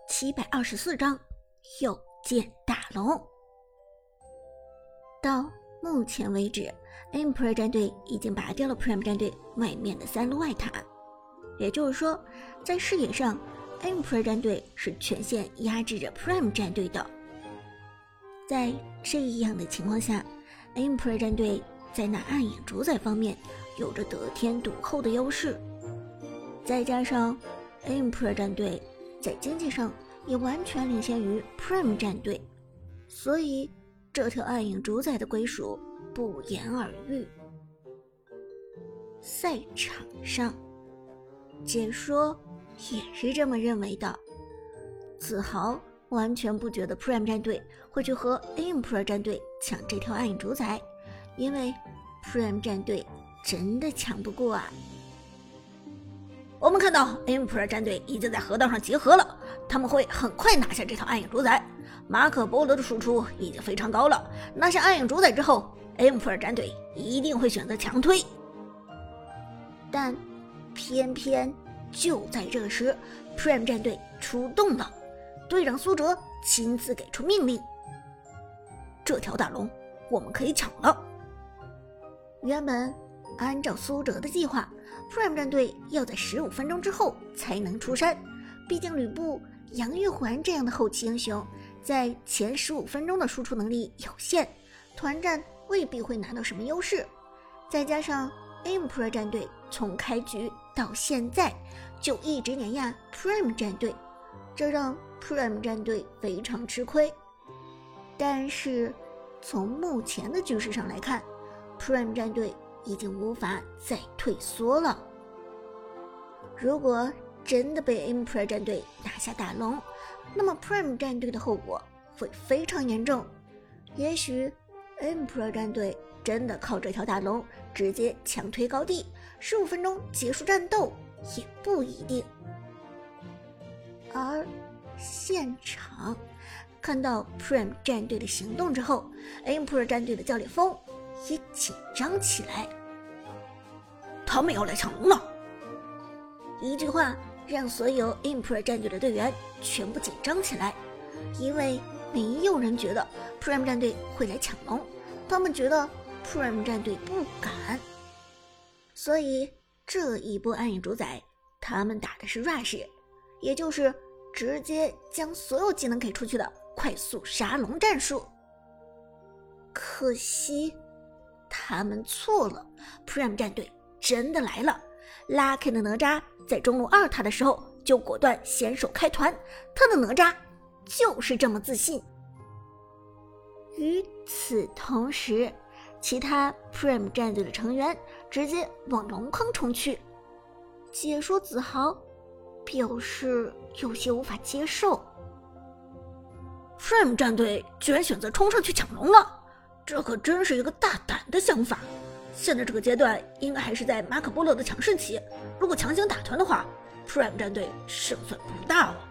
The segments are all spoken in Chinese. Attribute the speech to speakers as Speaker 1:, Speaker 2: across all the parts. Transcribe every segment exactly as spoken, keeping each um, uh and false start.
Speaker 1: 七百二十四章又见大龙。到目前为止 Emperor 战队已经拔掉了 Prime 战队外面的三路外塔，也就是说在视野上 Emperor 战队是全线压制着 Prime 战队的。在这样的情况下， Emperor 战队在那暗影主宰方面有着得天独厚的优势，再加上 Emperor 战队在经济上也完全领先于 Prime 战队，所以这条暗影主宰的归属不言而喻。赛场上，解说也是这么认为的。子豪完全不觉得 Prime 战队会去和 Emperor 战队抢这条暗影主宰，因为 Prime 战队真的抢不过啊。
Speaker 2: 我们看到 Emperor 战队已经在河道上集合了，他们会很快拿下这条暗影主宰。马可波罗的输出已经非常高了，拿下暗影主宰之后 Emperor 战队一定会选择强推。
Speaker 1: 但偏偏就在这时 Prime 战队出动了，队长苏哲亲自给出命令，
Speaker 2: 这条大龙我们可以抢了。
Speaker 1: 原本按照苏哲的计划， Prime 战队要在十五分钟之后才能出山，毕竟吕布、杨玉环这样的后期英雄在前十五分钟的输出能力有限，团战未必会拿到什么优势。再加上 Emperor 战队从开局到现在就一直碾压 Prime 战队，这让 Prime 战队非常吃亏。但是从目前的局势上来看， Prime 战队已经无法再退缩了。如果真的被 Emperor 战队拿下大龙，那么 Prime 战队的后果会非常严重。也许 Emperor 战队真的靠这条大龙直接强推高地，十五分钟结束战斗也不一定。而现场看到 Prime 战队的行动之后， Emperor 战队的教练峰也紧张起来。
Speaker 2: 他们要来抢龙了！
Speaker 1: 一句话让所有 Emperor 战队的队员全部紧张起来，因为没有人觉得 Prime 战队会来抢龙，他们觉得 Prime 战队不敢。所以这一波暗影主宰他们打的是 rush， 也就是直接将所有技能给出去的快速杀龙战术。可惜他们错了， Prime 战队真的来了。 Lucky 的哪吒在中路二塔的时候就果断先手开团，他的哪吒就是这么自信。与此同时，其他 Prime 战队的成员直接往龙坑冲去，解说子豪表示有些无法接受。
Speaker 2: Prime 战队居然选择冲上去抢龙了，这可真是一个大胆的想法。现在这个阶段应该还是在马可波罗的强势期，如果强行打团的话 Prime 战队胜算不大哦。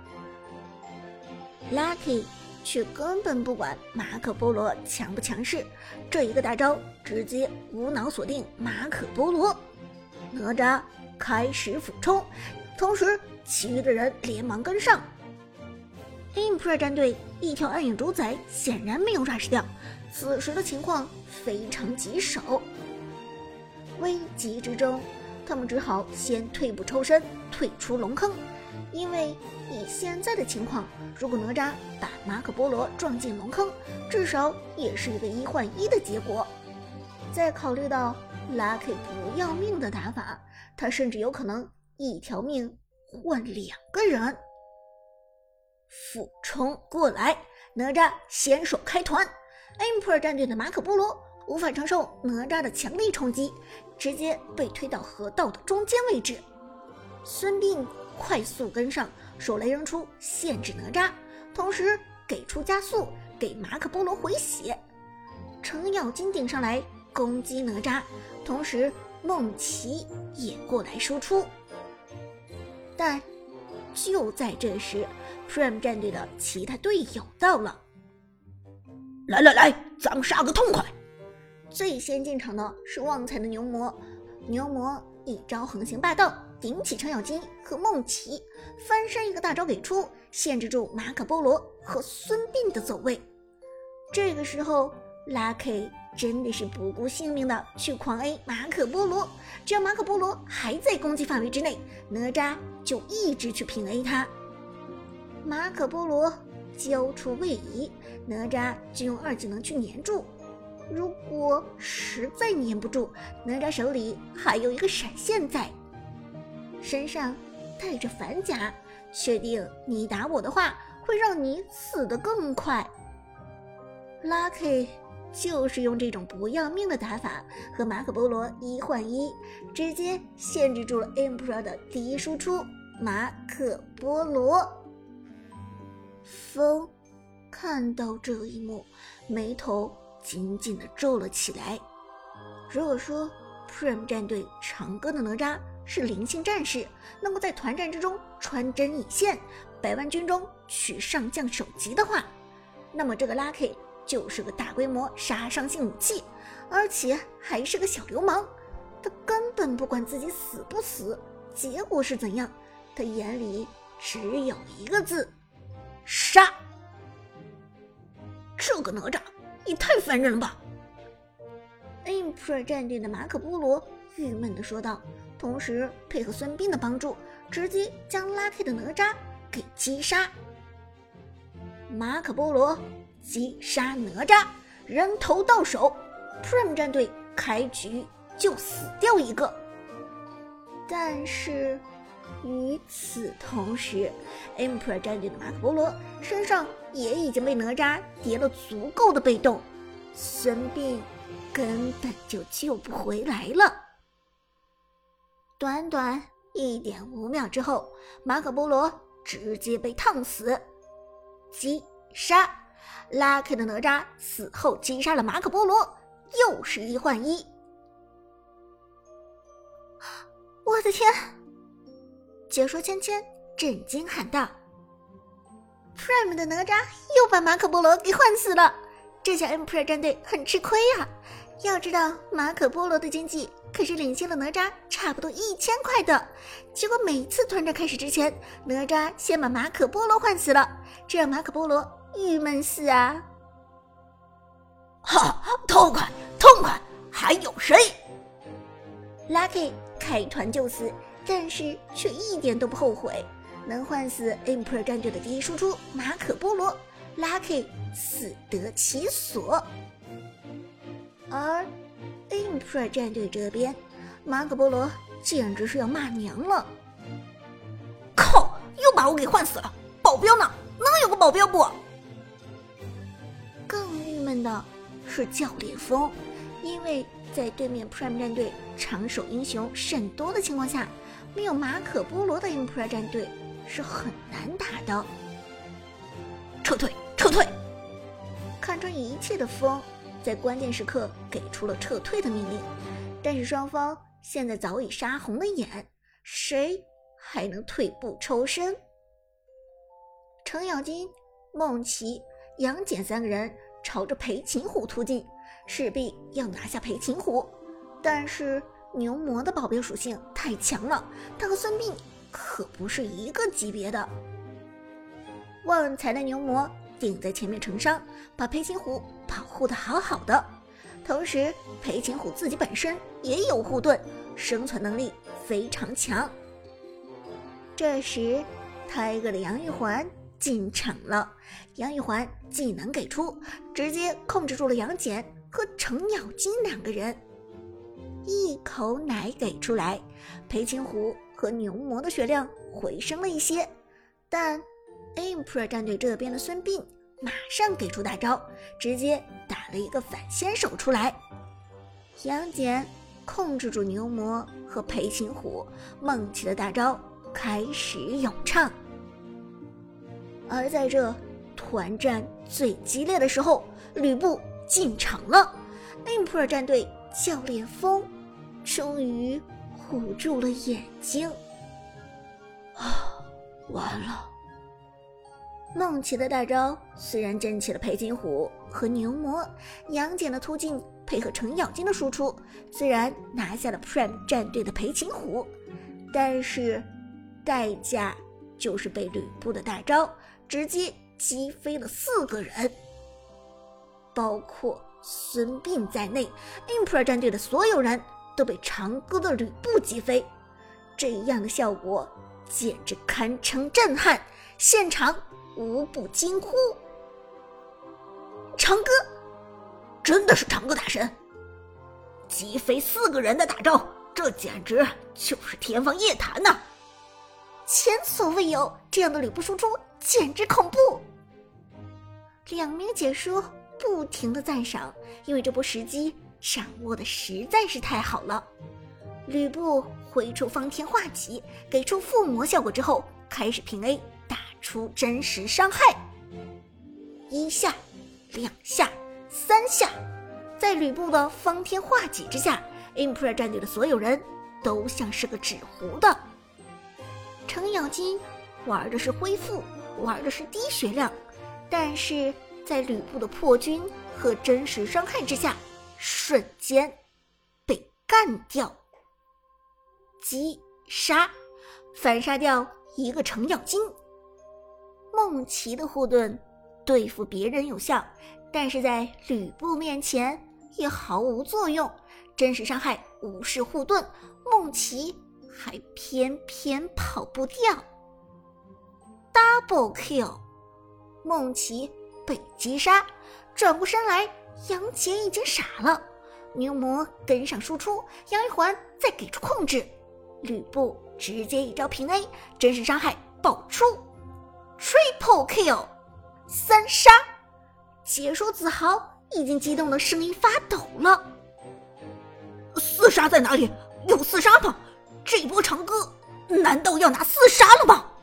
Speaker 1: Lucky 却根本不管马可波罗强不强势，这一个大招直接无脑锁定马可波罗。哪吒开始俯冲，同时其余的人连忙跟上。 Emperor 战队一条暗影主宰显然没有 rush 掉，此时的情况非常棘手。危急之中，他们只好先退步抽身，退出龙坑，因为以现在的情况，如果哪吒把马可波罗撞进龙坑，至少也是一个一换一的结果。再考虑到 Lucky 不要命的打法，他甚至有可能一条命换两个人。俯冲过来，哪吒先手开团， Emperor 战队的马可波罗无法承受哪吒的强力冲击，直接被推到河道的中间位置。孙膑快速跟上，手雷扔出限制哪吒，同时给出加速给马可波罗回血。程咬金顶上来攻击哪吒，同时梦琪也过来输出。但就在这时， Prime 战队的其他队友到了。
Speaker 2: 来来来，咱们杀个痛快！
Speaker 1: 最先进场的是旺财的牛魔，牛魔一招横行霸道，顶起程咬金和梦琪，翻身一个大招给出， 限制住马可波罗和孙膑的走位。这个时候 Lucky 真的是不顾性命的去狂 A 马可波罗，只要马可波罗还在攻击范围之内，哪吒就一直去平 A 他。马可波罗交出位移，哪吒就用二技能去黏住。如果实在黏不住，哪吒手里还有一个闪现在，身上带着反甲，确定你打我的话会让你死得更快。 Lucky 就是用这种不要命的打法和马可波罗一换一，直接限制住了 Emperor 的第一输出马可波罗。风看到这一幕，眉头紧紧地皱了起来。如果说 Prime 战队长歌的哪吒是灵性战士，能够在团战之中穿针引线，百万军中取上将首级的话，那么这个 Lucky 就是个大规模杀伤性武器，而且还是个小流氓。他根本不管自己死不死，结果是怎样，他眼里只有一个字：杀。
Speaker 2: 这个哪吒也太烦人了吧！
Speaker 1: Emperor 战队的马可波罗郁闷地说道，同时配合孙膑的帮助，直接将 Lucky 的哪吒给击杀。马可波罗击杀哪吒，人头到手 ，Prime 战队开局就死掉一个。但是与此同时 ，Emperor 战队的马可波罗身上也已经被哪吒叠了足够的被动，孙膑根本就救不回来了。短短一点五秒之后，马可波罗直接被烫死，击杀。Lucky 的哪吒死后击杀了马可波罗，又是一换一。我的天！解说芊芊震惊喊道 ：“Prime 的哪吒又把马可波罗给换死了，这下 Emperor 战队很吃亏啊！要知道马可波罗的经济可是领先了哪吒差不多一千块的，结果每次团战开始之前，哪吒先把马可波罗换死了，这让马可波罗郁闷死啊！
Speaker 2: 哈，痛快痛快，还有谁
Speaker 1: ？Lucky 开团就死，但是却一点都不后悔，能换死 Emperor 战队的第一输出马可波罗 ，Lucky 死得其所。而 Emperor 战队这边，马可波罗简直是要骂娘了！
Speaker 2: 靠，又把我给换死了！保镖呢？能有个保镖不？
Speaker 1: 更郁闷的是教练风，因为在对面 Prime 战队长手英雄甚多的情况下，没有马可波罗的 Emperor 战队是很难打的。
Speaker 2: 撤退，撤退！
Speaker 1: 看穿一切的风，在关键时刻给出了撤退的命令，但是双方现在早已杀红了眼，谁还能退步抽身？程咬金、孟奇、杨戬三个人朝着裴擒虎突进，势必要拿下裴擒虎。但是牛魔的保镖属性太强了，他和孙膑可不是一个级别的。旺财的牛魔顶在前面承伤，把裴擒虎保护得好好的。同时裴擒虎自己本身也有护盾，生存能力非常强。这时Tiger的杨玉环进场了，杨玉环技能给出，直接控制住了杨戬和程咬金两个人。一口奶给出来，裴擒虎和牛魔的血量回升了一些，但 Emperor 战队这边的孙膑马上给出大招，直接打了一个反先手出来。杨戬控制住牛魔和裴擒虎，梦奇的大招开始咏唱。而在这团战最激烈的时候，吕布进场了， Emperor 战队教练风终于捂住了眼睛。啊，完了！梦奇的大招虽然震起了裴擒虎和牛魔，杨戬的突进配合程咬金的输出，虽然拿下了 Prime 战队的裴擒虎，但是代价就是被吕布的大招直接击飞了四个人，包括孙膑在内 Emperor 战队的所有人都被长歌的吕布击飞，这样的效果简直堪称震撼，现场无不惊呼：长歌真的是长歌大神，击飞四个人的大招，这简直就是天方夜谭呐、啊！前所未有，这样的吕布输出简直恐怖。两名解说不停地赞赏，因为这波时机掌握的实在是太好了。吕布挥出方天画戟，给出附魔效果之后，开始平 A 打出真实伤害。一下，两下，三下，在吕布的方天画戟之下 Emperor 战队的所有人都像是个纸糊的。程咬金玩的是恢复，玩的是低血量，但是在吕布的破军和真实伤害之下，瞬间被干掉。击杀，反杀掉一个程咬金。梦奇的护盾对付别人有效，但是在吕布面前也毫无作用，真实伤害无视护盾，梦奇还偏偏跑不掉。 Double kill， 梦奇被击杀，转过身来，杨戬已经傻了，牛魔跟上输出，杨一环再给出控制，吕布直接一招平 A， 真实伤害爆出 Triple kill， 三杀。解说子豪已经激动的声音发抖了。四杀在哪里？有四杀吗？这波长歌难道要拿四杀了吗？